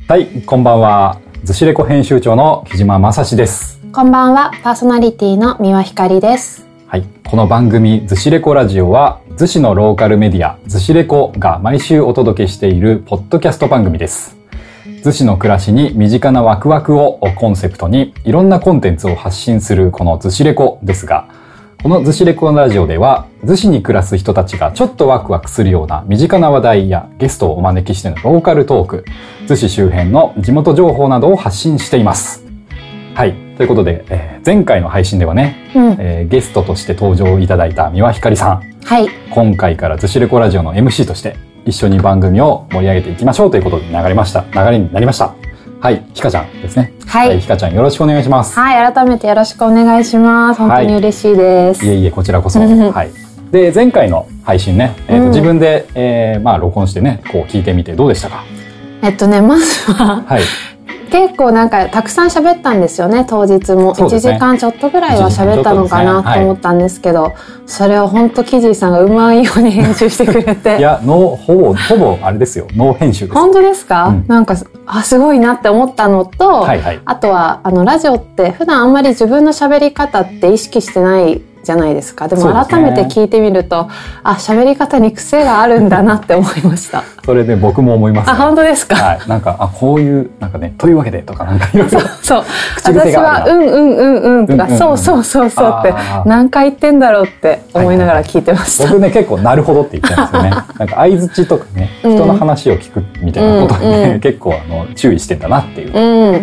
はい、こんばんは。ずしレコ編集長の木島正史です。 こんばんは。パーソナリティの三輪ひかりです。 はい、この番組ずしレコラジオは逗子のローカルメディアずしレコが毎週お届けしているポッドキャスト番組です。逗子の暮らしに身近なワクワクをコンセプトにいろんなコンテンツを発信するこのずしレコですが、このずしレコラジオでは逗子に暮らす人たちがちょっとワクワクするような身近な話題やゲストをお招きしてのローカルトーク、逗子周辺の地元情報などを発信しています。はい、ということで、前回の配信ではね、ゲストとして登場いただいた三輪ひかりさん、 はい、 今回からずしレコラジオの MC として一緒に番組を盛り上げていきましょうということで流れになりました。はい、ひかちゃんですね。 はい、 ひかちゃんよろしくお願いします。 はい、改めてよろしくお願いします。本当に嬉しいです。 いえいえ、こちらこそ。はい。で、前回の配信ね、自分で、録音してね、こう聞いてみてどうでしたか？ まずは、はい、結構なんかたくさん喋ったんですよね、当日も。1時間ちょっとぐらいは喋ったのかなと思ったんですけど、それを本当キジーさんがうまいように編集してくれて。 いや、ほぼあれですよ、ノー編集です。 本当ですか？なんか、すごいなって思ったのと、あとは、ラジオって普段あんまり自分の喋り方って意識してないじゃないですか。でも改めて聞いてみると、喋り方に癖があるんだなって思いました。 それで僕も思います、ね。 本当ですか？ はい。なんか、こういう、なんかね、というわけでとかなんかいろいろ。 そう。私は、とか、そうって何回言ってんだろうって思いながら聞いてました。 僕ね、結構なるほどって言っちゃうんですよね。なんか相槌とかね、人の話を聞くみたいなことにね、結構注意してんだなっていう。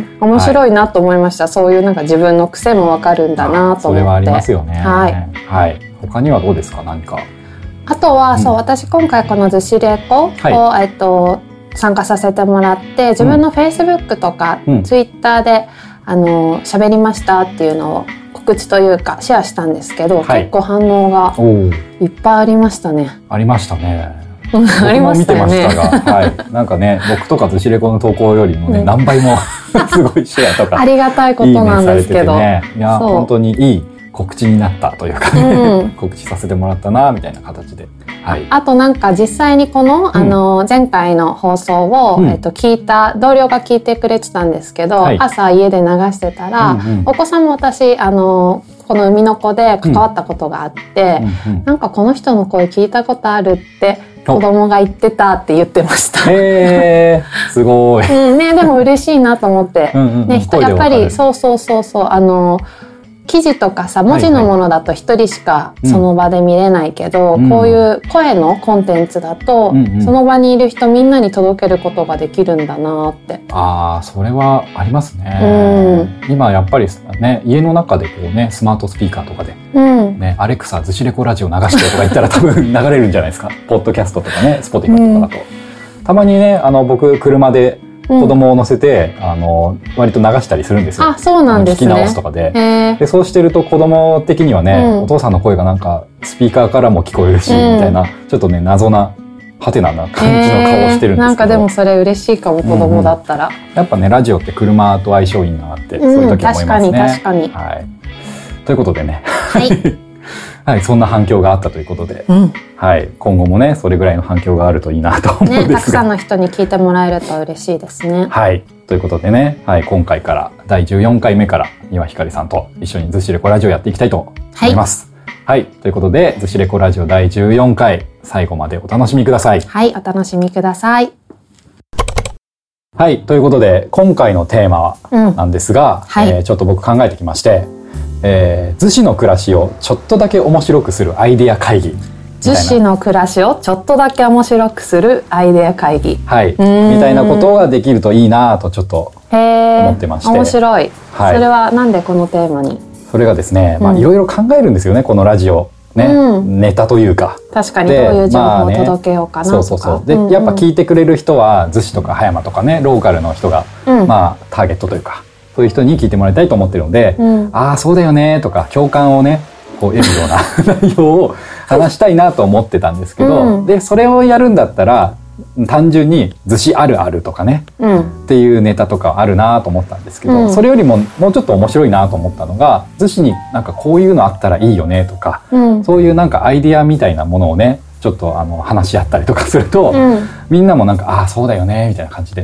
面白いなと思いました。そういうなんか自分の癖もわかるんだなと思って。 それはありますよね。 はい。 はい。他にはどうですか？何か。 あとは、私今回このずしレコを、参加させてもらって、自分の Facebook とか Twitter で、喋りましたっていうのを告知というかシェアしたんですけど、結構反応がいっぱいありましたね。 ありましたね。 ありましたよね。 僕も見てましたが、はい。なんかね、僕とかずしレコの投稿よりもね、何倍もすごいシェアとか。 ありがたいことなんですけど。 いや、本当にいい告知になったというかね、告知させてもらったな、みたいな形で。はい。 あとなんか実際にこの、前回の放送を、聞いた、同僚が聞いてくれてたんですけど、朝家で流してたら、お子さんも私、この海の子で関わったことがあって、なんかこの人の声聞いたことあるって、子供が言ってたって言ってました。 すごい。 ね、でも嬉しいなと思って。ね、やっぱり、そう。記事とかさ、文字のものだと一人しかその場で見れないけど、こういう声のコンテンツだと、その場にいる人みんなに届けることができるんだなって。 それはありますね。今やっぱりね、家の中でこうね、スマートスピーカーとかで、ね、アレクサ、ずしレコラジオ流してとか言ったら多分流れるんじゃないですか。ポッドキャストとかね、スポティファイとかだと。たまにね、僕、車で、子供を乗せて、割と流したりするんですよ。 そうなんですね。 聞き直すとかで。で、そうしてると子供的にはね、お父さんの声がなんか、スピーカーからも聞こえるし、みたいな、ちょっとね、謎な、ハテナな感じの顔をしてるんですけど。 なんかでもそれ嬉しいかも、子供だったら。 やっぱね、ラジオって車と相性いいなって、そういう時は思いますね。 確かに。 はい。ということでね。 はい。 はい、そんな反響があったということで、はい、今後もね、それぐらいの反響があるといいなと思うんですが、 たくさんの人に聞いてもらえると嬉しいですね。 はい、ということでね、はい、今回から第14回目から三輪ひかりさんと一緒にずしレコラジオやっていきたいと思います。はい、ということで、ずしレコラジオ第14回、最後までお楽しみください。 はい、お楽しみください。 はい、ということで、今回のテーマなんですが、ちょっと僕考えてきまして、逗子の暮らしをちょっとだけ面白くするアイデア会議。 逗子の暮らしをちょっとだけ面白くするアイデア会議。 はい。みたいなことができるといいなとちょっと思ってまして。 面白い。それはなんでこのテーマに？ それがですね、いろいろ考えるんですよね、このラジオ。ね、ネタというか。 確かにどういう情報を届けようかなとか。 そう。で、やっぱ聞いてくれる人は、逗子とか葉山とかね、ローカルの人が、ターゲットというか、そういう人に聞いてもらいたいと思ってるので、そうだよねとか共感をねこう得るような内容を話したいなと思ってたんですけど、でそれをやるんだったら単純に逗子あるあるとかね、っていうネタとかあるなと思ったんですけど、それよりももうちょっと面白いなと思ったのが、逗子になんかこういうのあったらいいよねとか、そういうなんかアイデアみたいなものをねちょっと話し合ったりとかすると、みんなもなんかそうだよねみたいな感じで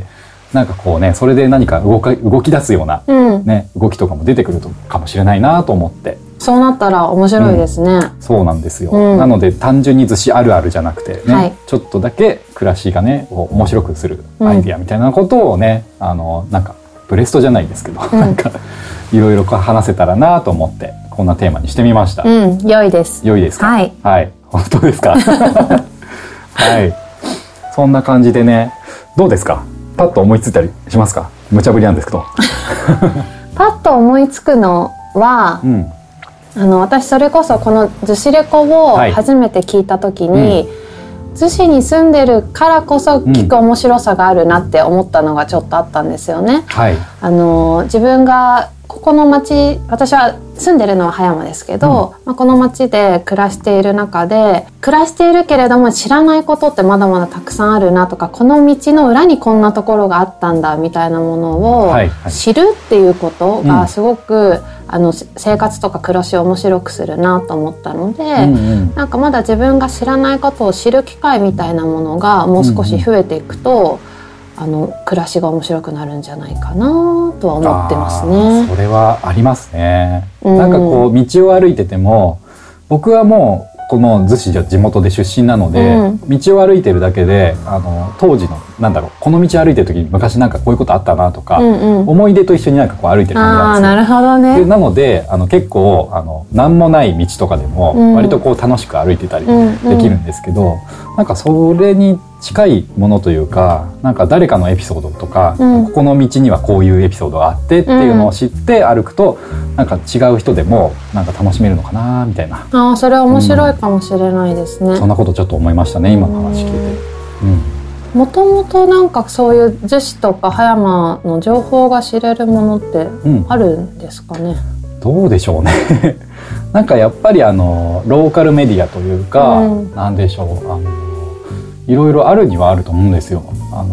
なんかこうねそれで何か動き出すような、ね、動きとかも出てくるかもしれないなと思って。 そうなったら面白いですね。 そうなんですよ、なので単純に寿司あるあるじゃなくてね、ちょっとだけ暮らしがね面白くするアイディアみたいなことをね、なんかブレストじゃないですけど、なんかいろいろ話せたらなと思ってこんなテーマにしてみました。 良いです。 良いですか。 はい、 はい、本当ですか。はい、そんな感じでね、どうですか。パッと思いついたりしますか。無茶ぶりなんですけど。 パッと思いつくのは、私それこそこの逗子レコを初めて聞いた時に、逗子に住んでるからこそ聞く面白さがあるなって思ったのがちょっとあったんですよね。自分がここの町、私は住んでるのは葉山ですけど、この町で暮らしている中で暮らしているけれども知らないことってまだまだたくさんあるなとか、この道の裏にこんなところがあったんだみたいなものを知るっていうことがすごく、生活とか暮らしを面白くするなと思ったので、なんかまだ自分が知らないことを知る機会みたいなものがもう少し増えていくと、暮らしが面白くなるんじゃないかなとは思ってますね。 それはありますね。なんかこう道を歩いてても、僕はもうこの逗子じゃ地元で出身なので、道を歩いてるだけで当時のこの道歩いてる時に昔なんかこういうことあったなとか、思い出と一緒になんかこう歩いてる感じなんですよ。 なるほどね。 でなので結構何もない道とかでも割とこう楽しく歩いてたりできるんですけど、なんかそれに近いものというか、なんか誰かのエピソードとか、ここの道にはこういうエピソードがあってっていうのを知って歩くと、なんか違う人でもなんか楽しめるのかなみたいな。 それは面白いかもしれないですね。 そんなことちょっと思いましたね、今の話聞いて。 もともとなんかそういう逗子とか葉山の情報が知れるものってあるんですかね。 どうでしょうね。なんかやっぱりローカルメディアというか、なんでしょう、いろいろあるにはあると思うんですよ。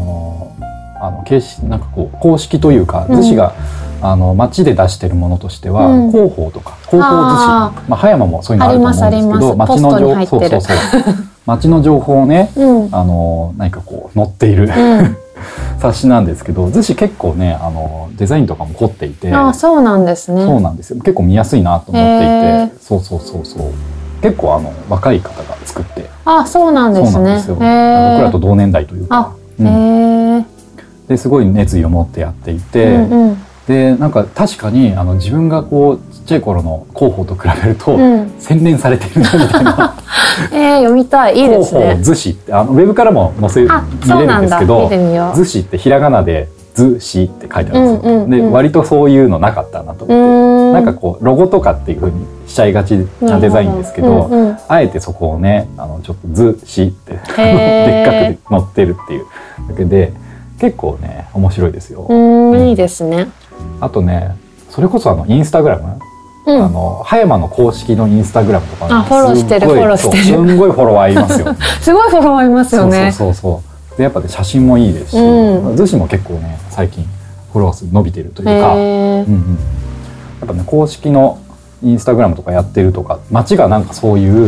なんかこう公式というか、逗子が町で出してるものとしては、広報とか広報逗子、葉山もそういうのあると思うんですけど、町の情報、町の情報をね、何かこう載っている冊子なんですけど、逗子結構ねデザインとかも凝っていて、 そうなんですね。 そうなんですよ。結構見やすいなと思っていて、そう結構若い方が作って、 そうなんですね。 僕らと同年代というか、ですごい熱意を持ってやっていて、でなんか確かに自分がこうちっちゃい頃の広報と比べると、洗練されてるなみたいな。 読みたい。いいですね。 広報逗子ってウェブからも見れるんですけど、逗子ってひらがなで逗子って書いてあるんですよ。で割とそういうのなかったなと思って、なんかこうロゴとかっていう風にしちゃいがちなデザインですけど、あえてそこをねちょっと逗子ってでっかくで載ってるっていうだけで結構ね面白いですよ。 いいですね。 あとね、それこそインスタグラム、葉山の公式のインスタグラムとか、 フォローしてる。 すんごいフォロワーいますよ。 すごいフォロワーいますよね。 でやっぱね写真もいいですし、逗子も結構ね最近フォロワー数伸びてるというか、やっぱね公式のインスタグラムとかやってるとか、町がなんかそういう、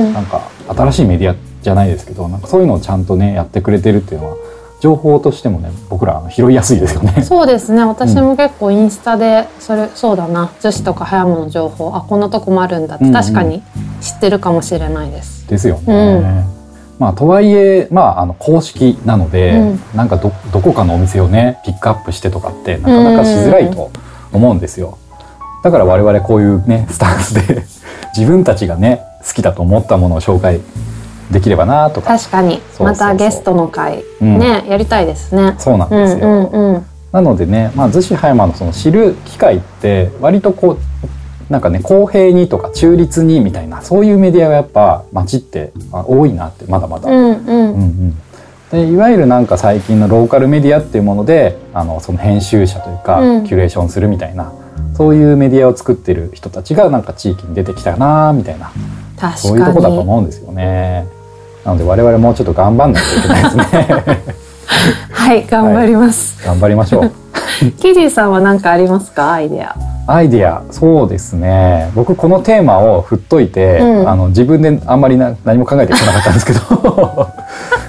なんか新しいメディアじゃないですけど、なんかそういうのをちゃんとねやってくれてるっていうのは情報としてもね僕ら拾いやすいですよね。 そうですね。私も結構インスタでそうだな、逗子とか葉山の情報、こんなとこもあるんだって確かに知ってるかもしれないです。 ですよね。とはいえ公式なので、なんかどこかのお店をねピックアップしてとかってなかなかしづらいと思うんですよ。だから我々こういうねスタンスで自分たちがね好きだと思ったものを紹介できればなとか。 確かにまたゲストの会ね、やりたいですね。 そうなんですよ。なのでね、逗子葉山のその知る機会って割とこうなんかね公平にとか中立にみたいな、そういうメディアがやっぱ町って多いなって、まだまだ。でいわゆるなんか最近のローカルメディアっていうものでその編集者というか、キュレーションするみたいな、そういうメディアを作ってる人たちがなんか地域に出てきたなみたいな、そういうとこだと思うんですよね。なので我々もうちょっと頑張んないといけないですね。 はい、頑張ります。 頑張りましょう。 キジーさんは何かありますか？アイデア。そうですね。僕このテーマを振っといて、自分であんまり何も考えてこなかったんですけど、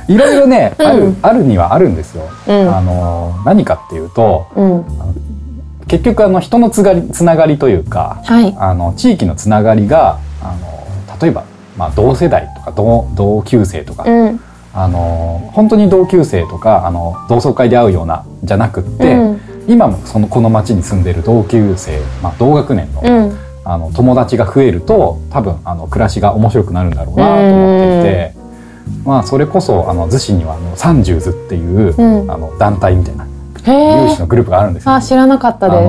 いろいろね、あるにはあるんですよ。何かっていうと、結局人のつながりというか、地域のつながりが例えば、同世代とか同級生とか、本当に同級生とか同窓会で会うようなじゃなくって、今もこの町に住んでる同級生、同学年の、友達が増えると多分暮らしが面白くなるんだろうなと思っていて、それこそ逗子にはサンジューズっていう、団体みたいな有志のグループがあるんですよ。 知らなかったです。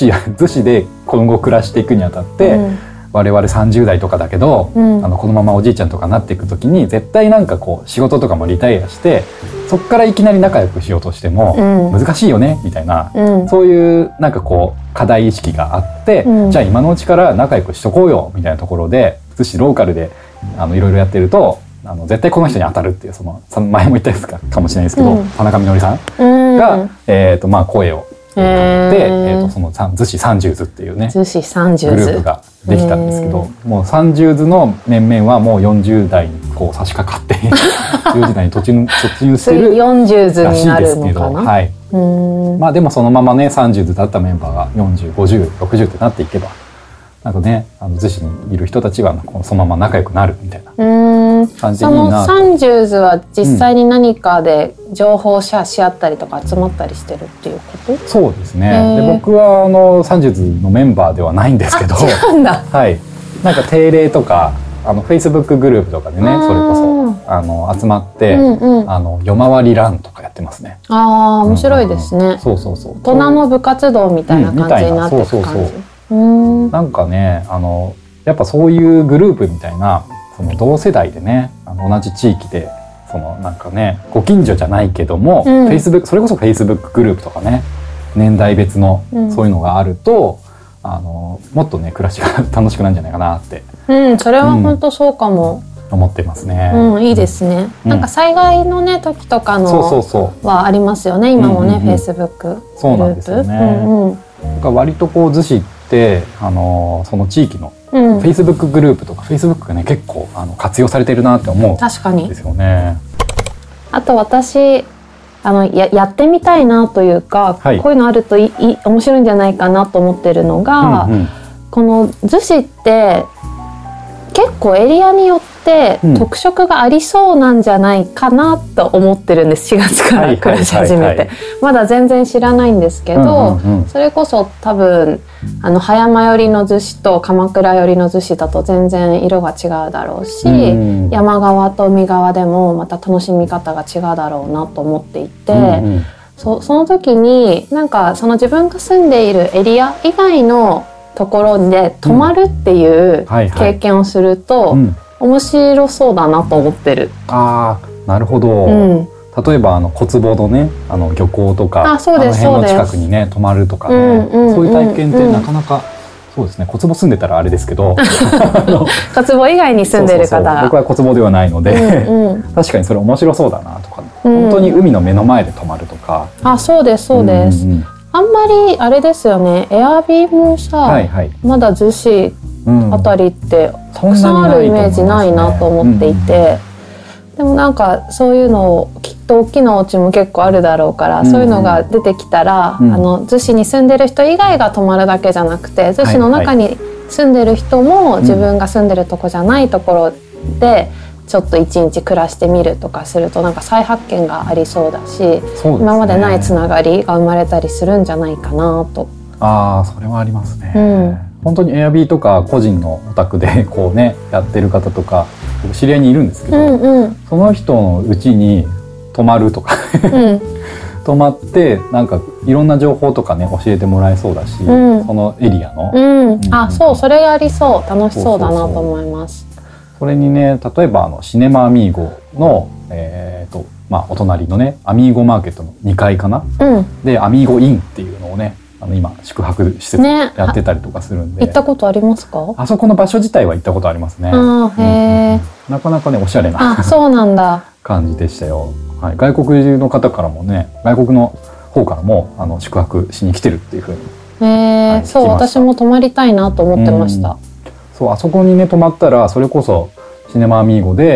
逗子で今後暮らしていくにあたって、我々30代とかだけど、このままおじいちゃんとかなっていく時に絶対なんかこう仕事とかもリタイアしてそっからいきなり仲良くしようとしても難しいよねみたいな、そういうなんかこう課題意識があって、じゃあ今のうちから仲良くしとこうよみたいなところで逗子ローカルでいろいろやってると絶対この人に当たるっていう前も言ったやつかもしれないですけど、田中みのりさんが、声をで、その逗子サンジューズっていうね逗子サンジューズグループができたんですけど、もうサンジューズの面々はもう40代にこう差し掛かって40代に突入してるらしいですけど、はい、でもそのままねサンジューズだったメンバーが40、50、60ってなっていけばなんかね逗子にいる人たちはそのまま仲良くなるみたいな感じでいいなと。 そのサンジューズは実際に何かで情報シェアし合ったりとか集まったりしてるっていうこと？ そうですね。で僕はサンジューズのメンバーではないんですけど、 違うんだ。 はい。なんか定例とかFacebook グループとかでね、それこそ集まって、夜回りランとかやってますね。 面白いですね。 そう。 大人の部活動みたいな感じになってる感じ。 なんかねやっぱそういうグループみたいなその同世代でね同じ地域でなんかねご近所じゃないけども、Facebook それこそ Facebook グループとかね年代別のそういうのがあると、もっとね暮らしが楽しくなるんじゃないかなって、 それは本当そうかも、 思ってますね。 いいですね。なんか災害のね時とかのはありますよね。今もね Facebook グループ。 そうなんですよね。割とこう逗子ってその地域のFacebook グループとか Facebook がね結構活用されてるなって思うんですよね。 あと私やってみたいなというか、こういうのあると面白いんじゃないかなと思ってるのが、この逗子って結構エリアによって特色がありそうなんじゃないかなと思ってるんです。4月から暮らし始めてまだ全然知らないんですけど、それこそ多分葉山寄りの逗子と鎌倉寄りの逗子だと全然色が違うだろうし、山側と海側でもまた楽しみ方が違うだろうなと思っていて、その時になんかその自分が住んでいるエリア以外のところで泊まるっていう経験をすると面白そうだなと思ってる。 なるほど。例えば小坪のね漁港とか辺の近くにね泊まるとかね、そういう体験ってなかなかそうですね。小坪住んでたらあれですけど小坪以外に住んでる方が僕は小坪ではないので、確かにそれ面白そうだなとか、本当に海の目の前で泊まるとか。 そうですそうです。あんまりあれですよね。エアビーもさ、まだ逗子あたりってたくさんあるイメージないなと思っていて、でもなんかそういうのをきっと大きなお家も結構あるだろうから、そういうのが出てきたら、逗子に住んでる人以外が泊まるだけじゃなくて、逗子の中に住んでる人も自分が住んでるとこじゃないところでちょっと一日暮らしてみるとかするとなんか再発見がありそうだし、今までないつながりが生まれたりするんじゃないかなと。 それはありますね。本当にエアビーとか個人のお宅でこうねやってる方とか知り合いにいるんですけど、その人の家に泊まるとか泊まってなんかいろんな情報とかね教えてもらえそうだし、そのエリアの、 それがありそう。楽しそうだなと思います。 それにね例えばシネマアミーゴのお隣のねアミーゴマーケットの2階かな、でアミーゴインっていうのをね今宿泊施設やってたりとかするんで、 行ったことありますか？ あそこの場所自体は行ったことありますね。なかなかねおしゃれなそうなんだ感じでしたよ。外国の方からもね外国の方からも宿泊しに来てるっていう風に、 そう私も泊まりたいなと思ってました。 あそこにね泊まったらそれこそシネマアミーゴで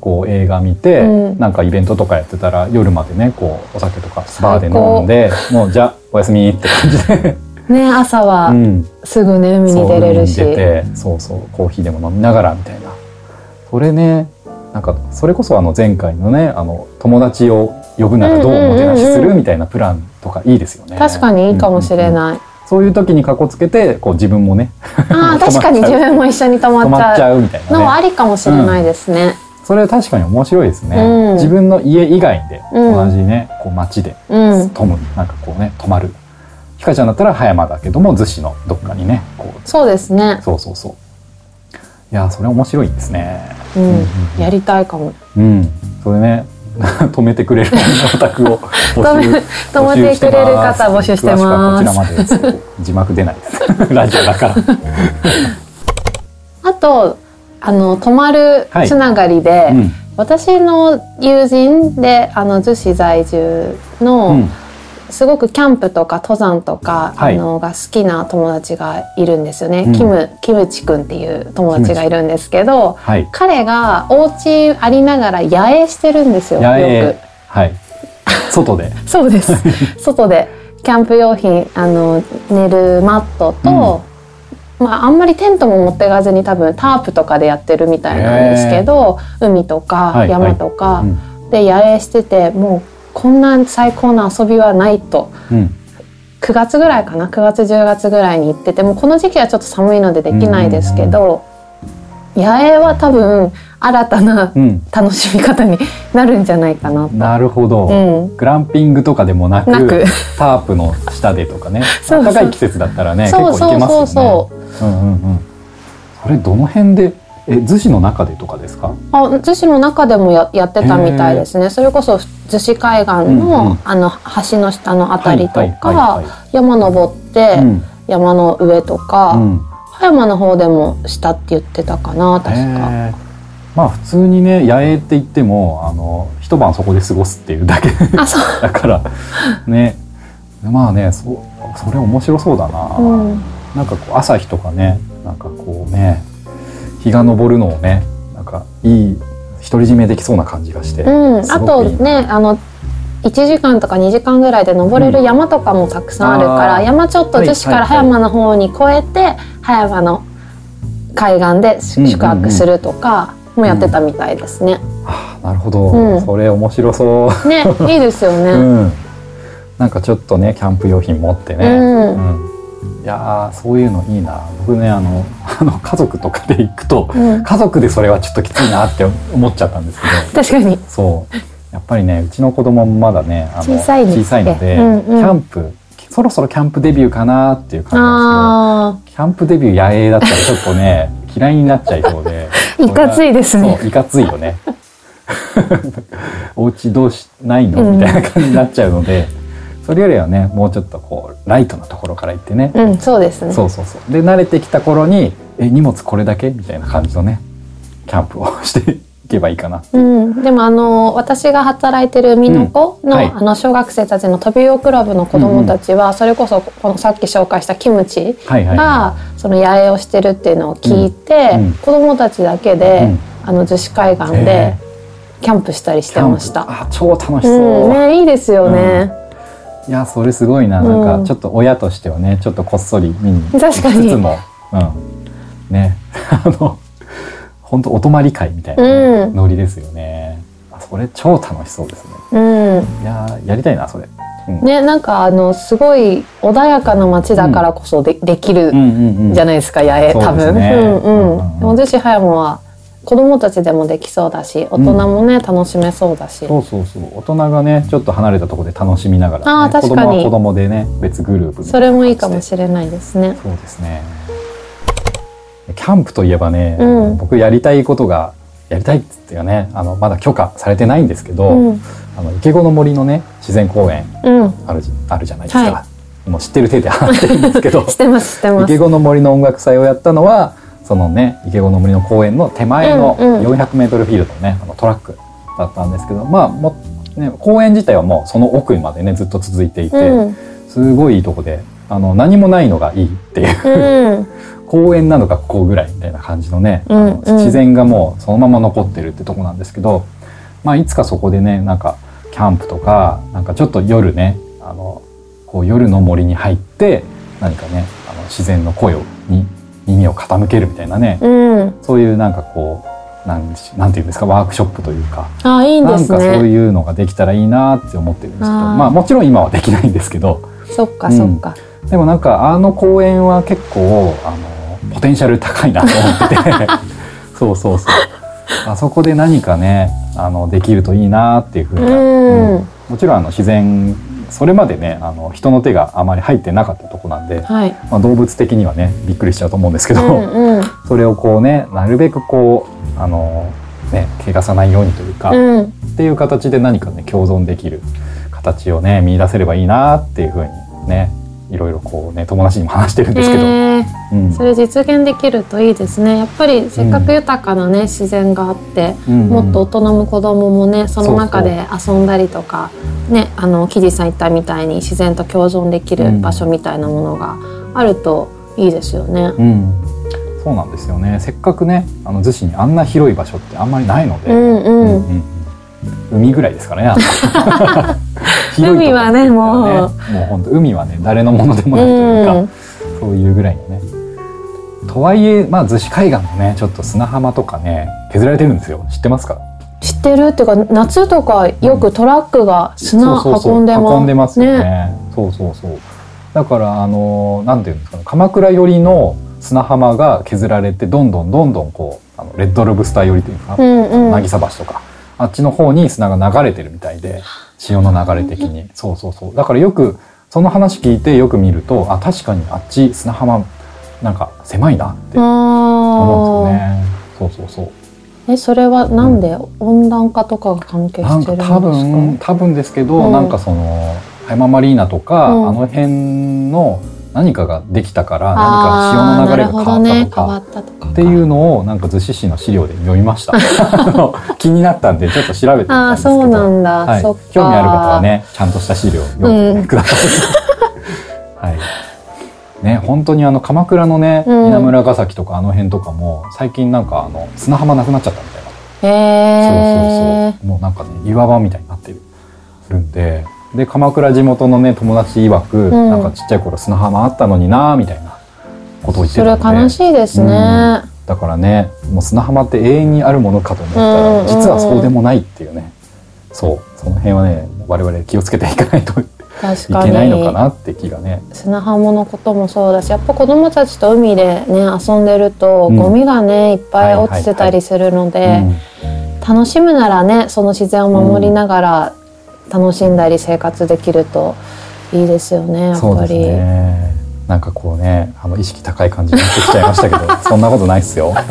こう映画見て、なんかイベントとかやってたら夜までねこうお酒とかバーで飲んで、もうじゃあおやすみって感じでね、朝はすぐね、海に出れるし、 そうコーヒーでも飲みながらみたいな。それね、なんかそれこそ前回のね友達を呼ぶならどうおもてなしするみたいなプランとかいいですよね。 確かにいいかもしれない。 そういう時にかこつけてこう自分もね確かに自分も一緒に泊まっちゃうみたいなのはありかもしれないですね。 それは確かに面白いですね。自分の家以外で同じねこう街でなんかこうね泊まる。ひかちゃんだったら葉山だけども逗子のどっかにねこう。 そうですね。 そう。いやそれ面白いですね。 やりたいかも。 それね止めてくれるお宅を止めてくれる方募集してます。 詳しくはこちらまでです。字幕出ないですラジオだからあと泊まるつながりで、私の友人で逗子在住の、すごくキャンプとか登山とか、が好きな友達がいるんですよね。キムチくんっていう友達がいるんですけど、彼がお家ありながら野営してるんですよ。よく。 外で。 そうです。外でキャンプ用品寝るマットと、あんまりテントも持っていかずに多分タープとかでやってるみたいなんですけど、海とか山とかで野営してて、もうこんな最高な遊びはないと、9月ぐらいかな、9月10月ぐらいに行ってて、もうこの時期はちょっと寒いのでできないですけど、野営は多分新たな楽しみ方になるんじゃないかなと。 なるほど、グランピングとかでもなくタープの下でとかね暖かい季節だったらね結構行けますよね。それどの辺で逗子の中でとかですか？ 逗子の中でも やってたみたいですね。それこそ逗子海岸の、橋の下のあたりとか、山登って、山の上とか、葉山の方でもしたって言ってたかな、確か。 まあ普通にね野営って言っても一晩そこで過ごすっていうだけだからね、まあねそれ面白そうだな。なんかこう朝日とかね、なんかこうね日が昇るのをね、なんかいい独り占めできそうな感じがして、 あとね1時間とか2時間ぐらいで登れる山とかもたくさんあるから、山ちょっと逗子から葉山の方に越えて葉山の海岸で宿泊するとかもやってたみたいですね。 なるほど、それ面白そうね。いいですよね。 なんかちょっとねキャンプ用品持ってね、いやそういうのいいな。僕ね家族とかで行くと、家族でそれはちょっときついなって思っちゃったんですけど、 確かにそうやっぱりねうちの子供もまだね小さいので、キャンプそろそろキャンプデビューかなっていう感じなんですけど、キャンプデビュー野営だったらちょっとね嫌いになっちゃいそうでいかついですね。 そういかついよねお家どうしないのみたいな感じになっちゃうので、それよりはねもうちょっとこうライトなところから行ってね、 そうですね。 そうで慣れてきた頃に荷物これだけみたいな感じのねキャンプをしていけばいいかな。 でも私が働いてる海の子の、小学生たちのトビウオクラブの子どもたちは、それこそこのさっき紹介したキムチがその野営をしてるっていうのを聞いて、子どもたちだけで逗子海岸でキャンプしたりしてました。 超楽しそう、 いいですよね。 いやそれすごいな。なんかちょっと親としてはねちょっとこっそり見に行きつつも、ね本当お泊まり会みたいな、ノリですよね。それ超楽しそうですね。いややりたいなそれ。 なんかすごい穏やかな街だからこそ できるじゃないですか、野営多分。逗子葉山は子供たちでもできそうだし、大人もね、楽しめそうだし。 大人がねちょっと離れたところで楽しみながら、子供は子供でね別グループ。 それもいいかもしれないですね。 そうですね。キャンプといえばね、僕やりたいことがやりたいっつってはねまだ許可されてないんですけど、池子の森のね自然公園あるじゃないですか。もう知ってる手で話してるんですけど知ってます池子の森の音楽祭をやったのはそのね池子の森の公園の手前の 400m フィールドのねトラックだったんですけど、公園自体はもうその奥までねずっと続いていて、すごいいいとこで何もないのがいいっていう公園なのかここぐらいみたいな感じのね、自然がもうそのまま残ってるってとこなんですけど、いつかそこでねなんかキャンプとかなんかちょっと夜ねこう夜の森に入って何かね自然の声に耳を傾けるみたいなね、そういうなんかこうなんていうんですか、ワークショップというか、 いいんですね、 なんかそういうのができたらいいなって思ってるんですけど、もちろん今はできないんですけど、 そっかそっか、 でもなんか公園は結構ポテンシャル高いなと思っててそうそうそう、あそこで何かねできるといいなっていうふうに、もちろん自然それまでね人の手があまり入ってなかったとこなんで、動物的にはねびっくりしちゃうと思うんですけど、それをこうねなるべくこう汚さないようにというか、っていう形で何かね共存できる形をね見出せればいいなっていうふうにねいろいろこうね友達にも話してるんですけど、 それ実現できるといいですね。やっぱりせっかく豊かなね、自然があって、もっと大人も子供もねその中で遊んだりとかね、木地さん言ったみたいに自然と共存できる場所みたいなものがあるといいですよね。 そうなんですよね。せっかくね逗子にあんな広い場所ってあんまりないので、海ぐらいですからね海はねもう本当海はね誰のものでもないというか、そういうぐらいのね。とはいえ逗子海岸のねちょっと砂浜とかね削られてるんですよ。知ってますか？ 知ってるっていうか、夏とかよくトラックが砂運んでますよね。そうそうそう。だからなんていうんですかね、鎌倉寄りの砂浜が削られてどんどんこうレッドロブスター寄りというか、渚橋とかあっちの方に砂が流れてるみたいで、潮の流れ的に、そうそうそう。だからよくその話聞いてよく見ると、確かにあっち砂浜なんか狭いなって思うんですよね。そうそうそう。 それはなんで、温暖化とかが関係してるんですか？ 多分ですけど、なんかその葉山マリーナとか、あの辺の何かができたから何か潮の流れが変わったとかっていうのをなんか逗子市の資料で読みました気になったんでちょっと調べてみたんですけど、 そうなんだ、そっか。 興味ある方はねちゃんとした資料を読んでください、ね、本当に鎌倉のね稲村ヶ崎とかあの辺とかも最近なんか砂浜なくなっちゃったみたいな。そうもうなんかね岩場みたいになってるんで、鎌倉地元のね友達曰く、なんかちっちゃい頃砂浜あったのになみたいなことを言ってたので、 それ悲しいですね、 だからねもう砂浜って永遠にあるものかと思ったら、実はそうでもないっていうね、その辺はね我々気をつけていかないといけないのかなって気がね。 砂浜のこともそうだし、やっぱ子どもたちと海でね遊んでると、ゴミがねいっぱい落ちてたりするので、楽しむならねその自然を守りながら、楽しんだり生活できるといいですよね、やっぱり。そうですね。 なんかこうね意識高い感じになってきちゃいましたけどそんなことないっすよ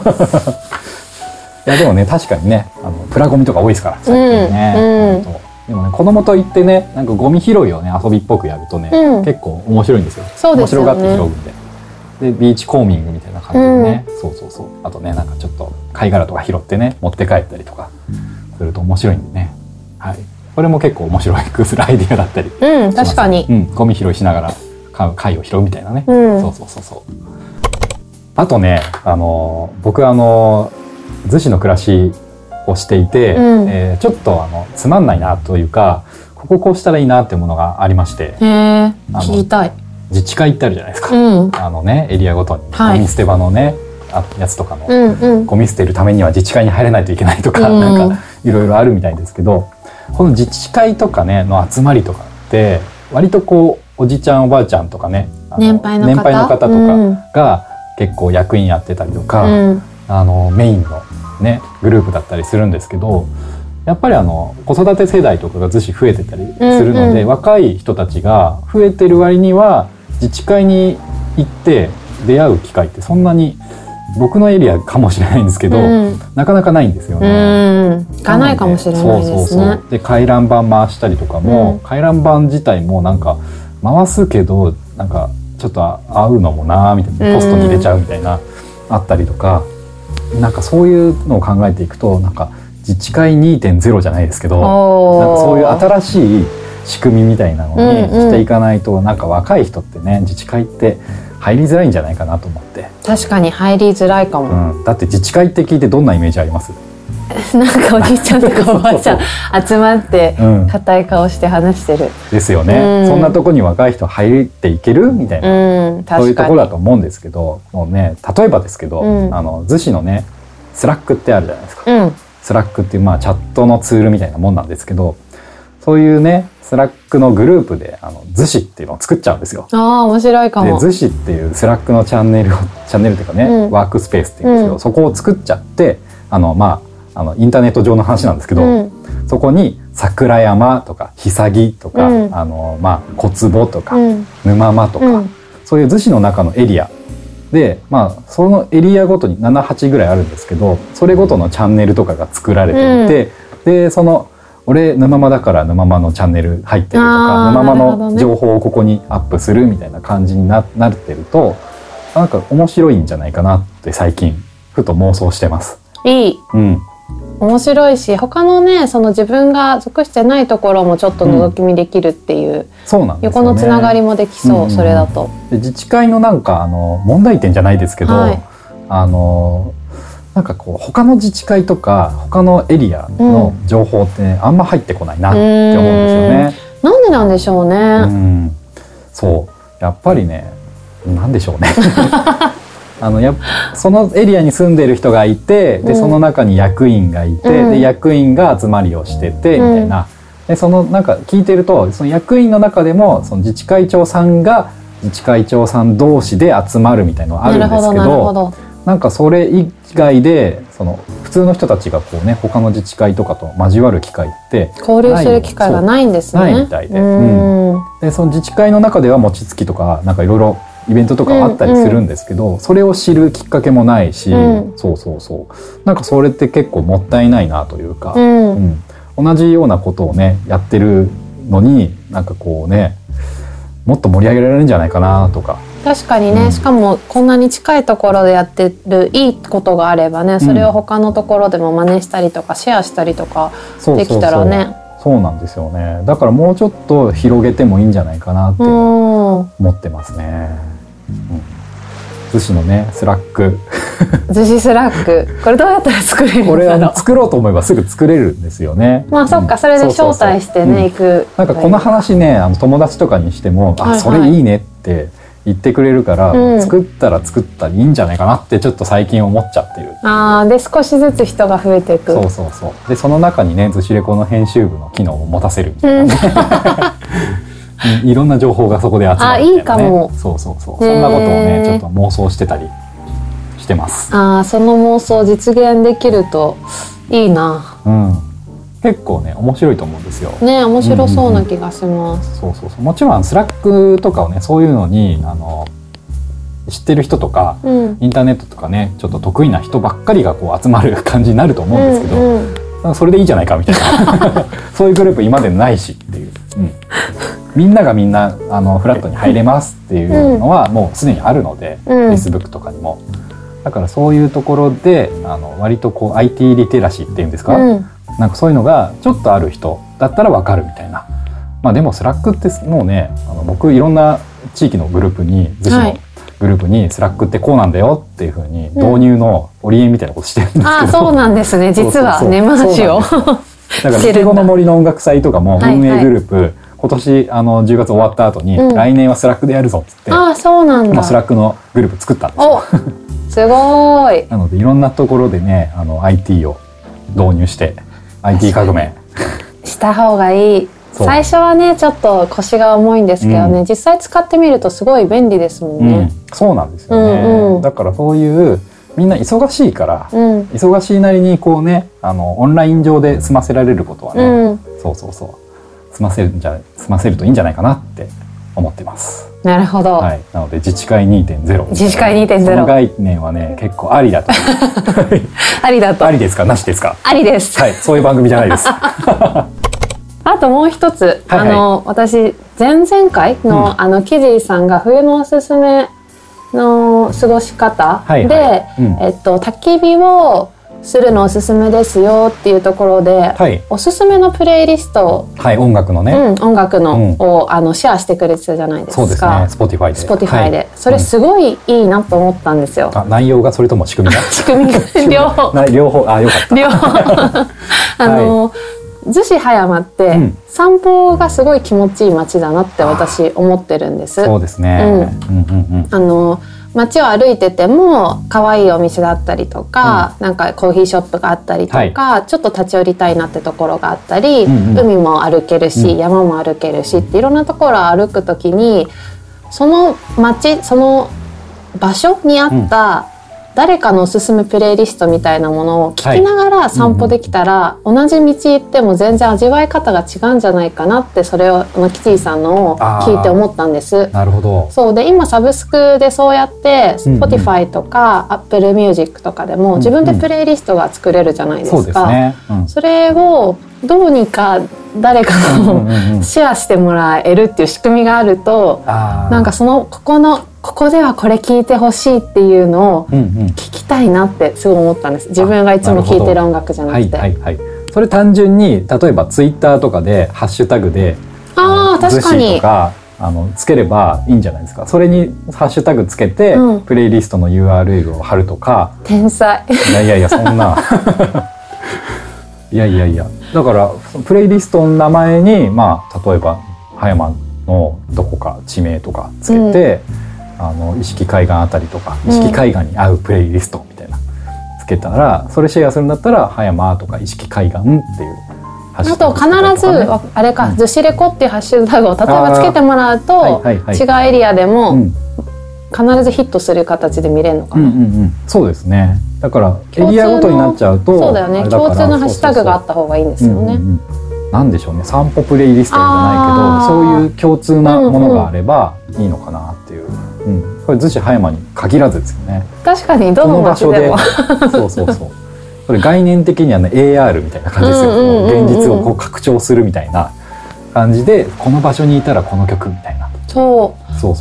いやでもね確かにねプラゴミとか多いですから最近ね、でもね子供と行ってねなんかゴミ拾いをね遊びっぽくやるとね、結構面白いんですよ。 そうですよね。 面白がって拾うんでビーチコーミングみたいな感じでね、そうあとねなんかちょっと貝殻とか拾ってね持って帰ったりとかすると面白いんでね、これも結構面白い工夫するアイディアだったり、 確かに、 ゴミ拾いしながら貝を拾うみたいなね、そうあとね僕逗子の暮らしをしていて、ちょっとつまんないなというかこうしたらいいなっていうものがありまして、 聞きたい。 自治会ってあるじゃないですか、エリアごとにゴミ捨て場のねやつとかの、ゴミ捨てるためには自治会に入れないといけないとか、なんかいろいろあるみたいですけど、この自治会とかねの集まりとかって割とこうおじちゃんおばあちゃんとかね年配の方とかが結構役員やってたりとか、メインのねグループだったりするんですけど、やっぱり子育て世代とかが逗子増えてたりするので、若い人たちが増えてる割には自治会に行って出会う機会ってそんなに僕のエリアかもしれないんですけど、なかなかないんですよね。 行かないかもしれないですね。 で回覧板回したりとかも、回覧板自体もなんか回すけどなんかちょっと合うのもなみたいな、ポストに入れちゃうみたいなあったりとか、なんかそういうのを考えていくとなんか自治会 2.0 じゃないですけど、なんかそういう新しい仕組みみたいなのにしていかないと、なんか若い人ってね、自治会って入りづらいんじゃないかなと思って。 確かに入りづらいかも、 だって自治会って聞いてどんなイメージあります？ なんかおじいちゃんとかおばあちゃん集まって硬い顔して話してる、 ですよね、そんなとこに若い人入っていけるみたいな、そういうところだと思うんですけど、もうね、例えばですけど、逗子のねスラックってあるじゃないですか、スラックっていうチャットのツールみたいなもんなんですけど、そういうねスラックのグループで逗子っていうのを作っちゃうんですよ。 面白いかも。 で逗子っていうスラックのチャンネルっていうかね、ワークスペースっていうんですけど、そこを作っちゃってインターネット上の話なんですけど、そこに桜山とか久木とか、小坪とか、沼間とか、そういう逗子の中のエリアで、そのエリアごとに7、8ぐらいあるんですけど、それごとのチャンネルとかが作られていて、で俺沼間だから沼間のチャンネル入ってるとか、沼間の情報をここにアップするみたいな感じになってると、なんか面白いんじゃないかなって最近ふと妄想してます。 いい。面白いし、他のね、その自分が属してないところもちょっと覗き見できるっていう、 そうなんですよね、 横のつながりもできそう、それだと。 で自治会のなんか問題点じゃないですけど、なんかこう他の自治会とか他のエリアの情報って、あんま入ってこないなって思うんですよね。 なんでなんでしょうね。 そうやっぱりね、なんでしょうねそのエリアに住んでる人がいて、でその中に役員がいて、で役員が集まりをしてて、みたいな。でなんか聞いてると、その役員の中でもその自治会長さんが自治会長さん同士で集まるみたいなのはあるんですけど、なんかそれ以外で普通の人たちがこうね、他の自治会とかと交わる機会って交流する機会がないんですね。 ないみたいで、でその自治会の中では餅つきとかなんかいろいろイベントとかあったりするんですけど、それを知るきっかけもないし、なんかそれって結構もったいないなというか、同じようなことをねやってるのに、なんかこうね、もっと盛り上げられるんじゃないかなとか。 確かにね、しかもこんなに近いところでやってるいいことがあればね、それを他のところでも真似したりとかシェアしたりとかできたらね。 そうなんですよね。だからもうちょっと広げてもいいんじゃないかなって思ってますね。逗子のねスラック逗子スラック、これどうやったら作れるんだろう。 これは作ろうと思えばすぐ作れるんですよね。 そっか、それで招待してね、行く。 なんかこの話ね、友達とかにしても、それいいねって言ってくれるから、作ったらいいんじゃないかなってちょっと最近思っちゃってる。 で少しずつ人が増えていく。 でその中にね、逗子レコの編集部の機能を持たせるみたいなねいろんな情報がそこで集まるみたいなね。いいかも。そんなことをねちょっと妄想してたりしてます。 その妄想実現できるといいな。 結構ね面白いと思うんですよ。 ね、面白そうな気がします。 もちろんスラックとかをね、そういうのに知ってる人とか、インターネットとかね、ちょっと得意な人ばっかりがこう集まる感じになると思うんですけど、それでいいじゃないかみたいなそういうグループ今までないしっていう、みんながみんなフラットに入れますっていうのはもうすでにあるので、Facebook とかにも。だからそういうところで割とこう IT リテラシーっていうんですか、なんかそういうのがちょっとある人だったら分かるみたいな。でもスラックってもうね、僕いろんな地域のグループに、逗子のグループにスラックってこうなんだよっていう風に導入のオリエンみたいなことしてるんですけど、 そうなんですね。実は根回しをだからいちごの森の音楽祭とかも運営グループ、今年10月終わった後に、来年はスラックでやるぞっつって、 そうなんだ。 スラックのグループ作ったんですよ。 すごい。 なのでいろんなところでね、IT を導入して IT 革命した方がいい。最初はねちょっと腰が重いんですけどね、実際使ってみるとすごい便利ですもんね。 そうなんですよね。だからそういうみんな忙しいから、忙しいなりにこうね、オンライン上で済ませられることはね、済ませるといいんじゃないかなって思ってます。 なるほど。 なので自治会 2.0 自治会 2.0、 その概念はね結構ありだとありだと。 ありですか、なしですか？ ありです。 そういう番組じゃないですあともう一つ、私前々回のキジーさんが冬のおすすめの過ごし方で、焚き火をするのおすすめですよっていうところで、はい、おすすめのプレイリストを、 はい、音楽のね、 音楽のをシェアしてくれてたじゃないですか。 そうですね、Spotify で。 Spotify で、それすごいいいなと思ったんですよ。 内容が、それとも仕組みが仕組みが両方両方、よかった。 両方逗子葉山って、散歩がすごい気持ちいい街だなって私思ってるんです。 そうですね。 街を歩いてても可愛いお店だったりとか、なんかコーヒーショップがあったりとか、ちょっと立ち寄りたいなってところがあったり、海も歩けるし、山も歩けるしっていろんなところを歩くときに、その街、その場所にあった誰かのおすすめプレイリストみたいなものを聞きながら散歩できたら、同じ道行っても全然味わい方が違うんじゃないかなって、それをキティさんのを聞いて思ったんです。 なるほど。 そうで、今サブスクでそうやって Spotify とか Apple Music とかでも自分でプレイリストが作れるじゃないですか。そうですね。それをどうにか誰かのシェアしてもらえるっていう仕組みがあると、なんかここではこれ聞いてほしいっていうのを聞きたいなってすごい思ったんです。自分がいつも聴いてる音楽じゃなくて。 それ単純に例えばツイッターとかでハッシュタグで確かにとかつければいいんじゃないですか。それにハッシュタグつけて、プレイリストの URL を貼るとか。 天才。 いやそんな。いやだからプレイリストの名前に例えば葉山のどこか地名とかつけて、意識海岸あたりとか、意識海岸に合うプレイリストみたいなつけたら、それシェアするんだったら葉山とか意識海岸っていうハッシュタグとか、ね、あと必ずあれか、逗子レコっていうハッシュタグを例えばつけてもらうと、違うエリアでも必ずヒットする形で見れるのかな。 そうですね。だからエリアごとになっちゃうと、 そうだよね、共通のハッシュタグがあった方がいいんですよね。 なんでしょうね、散歩プレイリストじゃないけど、そういう共通なものがあればいいのかなっていう。これ逗子葉山に限らずですよね。 確かにどの場所でも。 そう。これ概念的にはね AR みたいな感じですよ。現実をこう拡張するみたいな感じで、この場所にいたらこの曲みたいな。そう。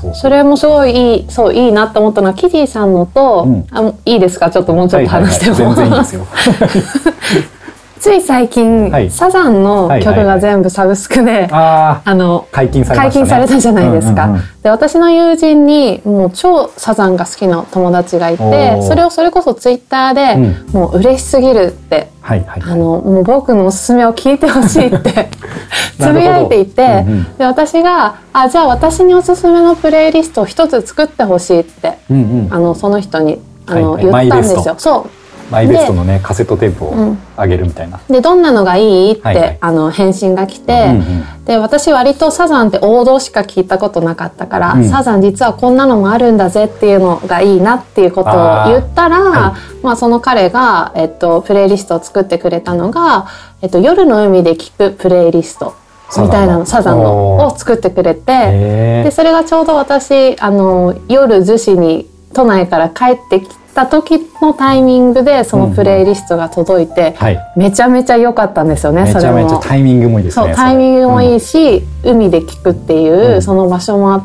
それもすごいいいなと思ったのは、キティさんのと、いいですか、ちょっともうちょっと話しても。全然いいですよ。 つい最近、サザンの曲が全部サブスクで解禁されたじゃないですか。で、私の友人にもう超サザンが好きな友達がいて、それこそツイッターで、もう嬉しすぎるって、もう僕のおすすめを聞いてほしいってつぶやいていて、で私がじゃあ私におすすめのプレイリストを一つ作ってほしいって、その人に言ったんですよ。そう。 マイベストのねカセットテープをあげるみたいな。 でどんなのがいいって返信が来て、で私割とサザンって王道しか聞いたことなかったから、サザン実はこんなのもあるんだぜっていうのがいいなっていうことを言ったら、その彼がプレイリストを作ってくれたのが夜の海で聴くプレイリストみたいなの、サザンのを作ってくれて、でそれがちょうど私夜逗子に都内から帰ってきた時のタイミングでそのプレイリストが届いて、めちゃめちゃ良かったんですよね。 めちゃめちゃタイミングもいいですね。 そう、タイミングもいいし、海で聴くっていうその場所もあって、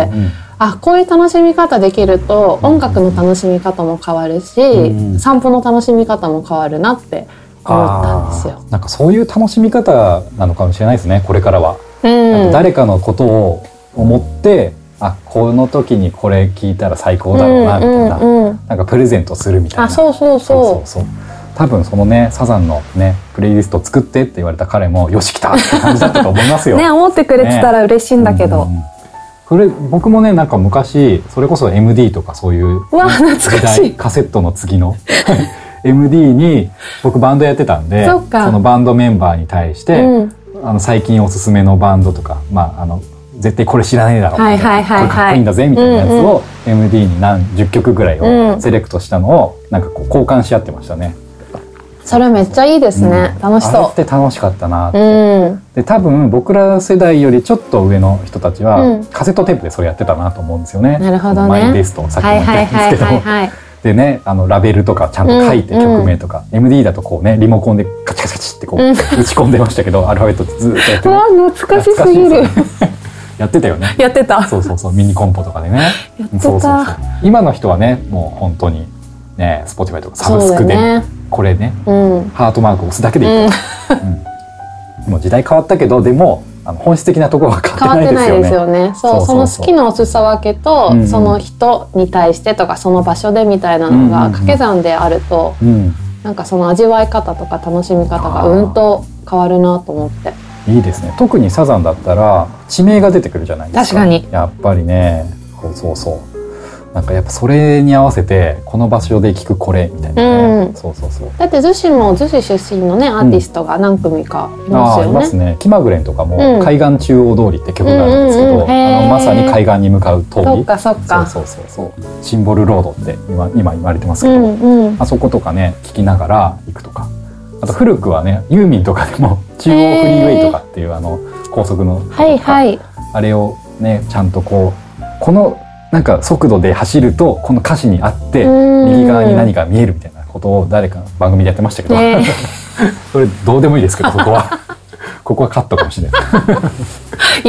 こういう楽しみ方できると音楽の楽しみ方も変わるし、散歩の楽しみ方も変わるなって思ったんですよ。 なんかそういう楽しみ方なのかもしれないですね、これからは。誰かのことを思ってこの時にこれ聞いたら最高だろうなみたいな、なんかプレゼントするみたいな。 そう。 多分そのねサザンのねプレイリスト作ってって言われた彼もよし来たって感じだったと思いますよ。 ね、思ってくれてたら嬉しいんだけど。 これ僕もねなんか昔それこそ MD とかそういう時代カセットの次のMD に僕バンドやってたんで、そのバンドメンバーに対して、最近おすすめのバンドとか絶対これ知らないだろう、これかっこいいんだぜみたいなやつを MD に10曲ぐらいをセレクトしたのをなんかこう交換し合ってましたね。 それめっちゃいいですね。楽しそう。 あれって楽しかったなって。で多分僕ら世代よりちょっと上の人たちはカセットテープでそれやってたなと思うんですよね。 なるほどね。 マイベストさっきも言ったんですけど。でね、ラベルとかちゃんと書いて曲名とか、MD だとこうねリモコンでカチカチカチってこう打ち込んでましたけど、アルファベットずっとやってわ懐かしすぎる。 やってたよね。 やってた。 そうミニコンポとかでね。 やってた。 今の人はねもう本当にね Spotify とかサブスクでこれね、ハートマークを押すだけでいい、もう時代変わったけど、でも本質的なところは変わってないですよね。 その好きなお裾分けと、その人に対してとかその場所でみたいなのが掛け算であると、なんかその味わい方とか楽しみ方がうんと変わるなと思って。 いいですね。特にサザンだったら地名が出てくるじゃないですか。 確かに。 やっぱりね、そうなんかやっぱそれに合わせてこの場所で聞くこれみたいなね、そうだって逗子も逗子出身のねアーティストが何組かいますよね。 いますね。気まぐれんとかも海岸中央通りって曲があるんですけど、まさに海岸に向かう通り、 そっかそうシンボルロードって今言われてますけど、あそことかね聞きながら行くとか、あと古くはねユーミンとかでも中央フリーウェイとかっていう高速の、あれをねちゃんとこのなんか速度で走るとこの歌詞にあって右側に何が見えるみたいなことを誰かの番組でやってましたけど、それどうでもいいですけど、ここはカットかもしれない。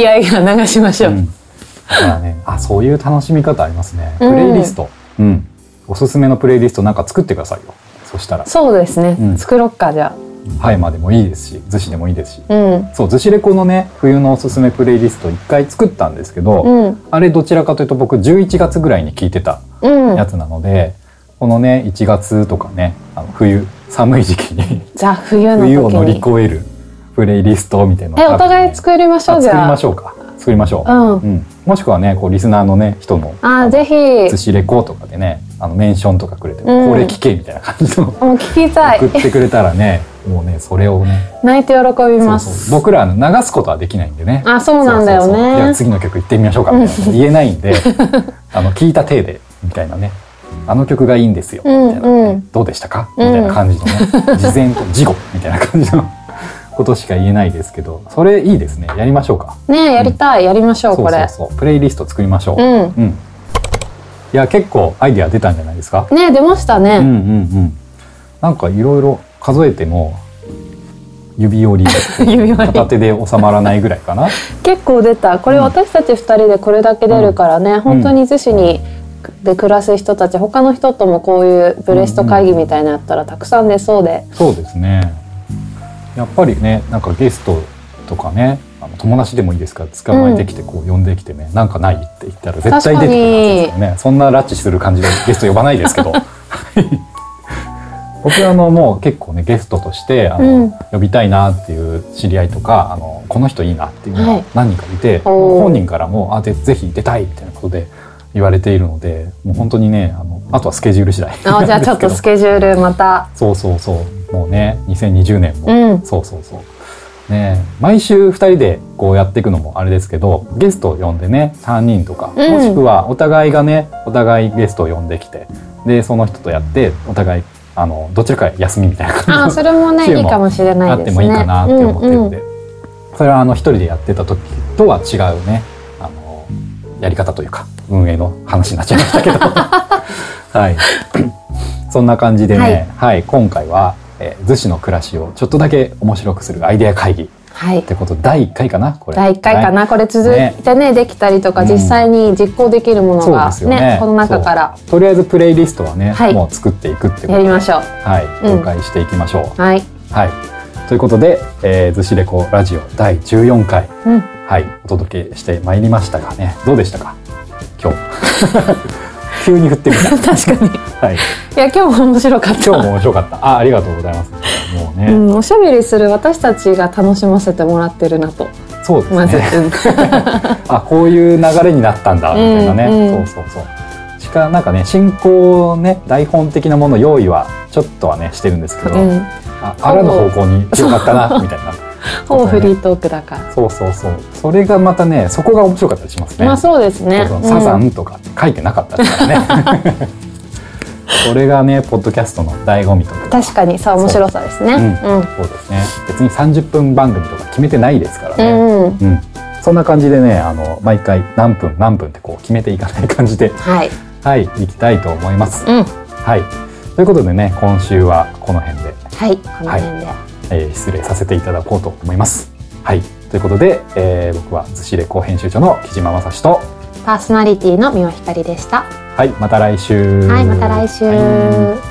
いや流しましょう。 だからね、そういう楽しみ方ありますね。プレイリスト、おすすめのプレイリストなんか作ってくださいよ。そしたらそうですね、作ろっか。じゃあ葉山でもいいですし、逗子でもいいですし、そう逗子レコのね冬のおすすめプレイリスト1回作ったんですけど、あれどちらかというと僕11月ぐらいに聞いてたやつなので、このね1月とかね冬寒い時期に冬を乗り越えるプレイリストみたいなのを、 お互い作りましょう。じゃあ作りましょう。もしくはねリスナーのね人もぜひ逗子レコとかでねメンションとかくれて、これ聞けみたいな感じのもう聞きたい送ってくれたらね、もうねそれをね泣いて喜びます。 僕ら流すことはできないんでね。 そうなんだよね。 じゃあ次の曲行ってみましょうかみたいな言えないんで聞いた体でみたいなね、曲がいいんですよみたいな、どうでしたかみたいな感じのね、事前と事後みたいな感じのことしか言えないですけど、それいいですね。やりましょうかね。やりたい、やりましょう。これプレイリスト作りましょう。いや結構アイデア出たんじゃないですかね。出ましたね。 なんかいろいろ数えても指折り片手で収まらないぐらいかな。 結構出た。これ私たち2人でこれだけ出るからね、本当に逗子にで暮らす人たち、他の人ともこういうブレスト会議みたいなやったらたくさん出そうで。 そうですね。やっぱりね、なんかゲストとかね、友達でもいいですから捕まえてきて呼んできてね、なんかないって言ったら絶対出てくるはずですよね。そんな拉致する感じでゲスト呼ばないですけど僕もう結構ねゲストとして呼びたいなっていう知り合いとかこの人いいなっていうのが何人かいて、本人からもぜひ出たいみたいなことで言われているので、もう本当にねあとはスケジュール次第じゃあちょっとスケジュールまたそうもうね2020年も、そうね、毎週2人でやっていくのもあれですけど、ゲストを呼んでね3人とか、もしくはお互いゲストを呼んできて、でその人とやってお互いどちらか休みみたいな感じそれもねいいかもしれないですね。 あってもいいかなって思ってるんで、それは一人でやってた時とは違うねやり方というか運営の話になっちゃいましたけどはいそんな感じでね、今回は逗子の暮らしをちょっとだけ面白くするアイデア会議ってことで、第1回かなこれ。 第1回かな、これ続いてねできたりとか、実際に実行できるものがね、この中からとりあえずプレイリストはね、もう作っていくってことでやりましょう。 紹介していきましょう。 はい、 ということで逗子レコラジオ第14回、お届けしてまいりましたがね、どうでしたか今日急に振ってみた確かに、いや今日も面白かった。 今日も面白かった。ありがとうございます。もうね、 おしゃべりする私たちが楽しませてもらってるなと。 そうですねこういう流れになったんだみたいなね、そうしかなんかね進行ね台本的なもの用意はちょっとはねしてるんですけど、あらぬ方向に強かったなみたいなほぼフリートークだから。 それがまたね、そこが面白かったりしますね。 そうですね。 サザンとかって書いてなかったですからねそれがねポッドキャストの醍醐味というか。 確かにそう面白さですね。 そうですね。別に30分番組とか決めてないですからね。そんな感じでね毎回何分って決めていかない感じでいきたいと思います。ということでね、今週はこの辺でこの辺で失礼させていただこうと思います。ということで、僕は逗子レコ編集長の木島正史とパーソナリティの三輪ひかりでした。 また来週。 また来週。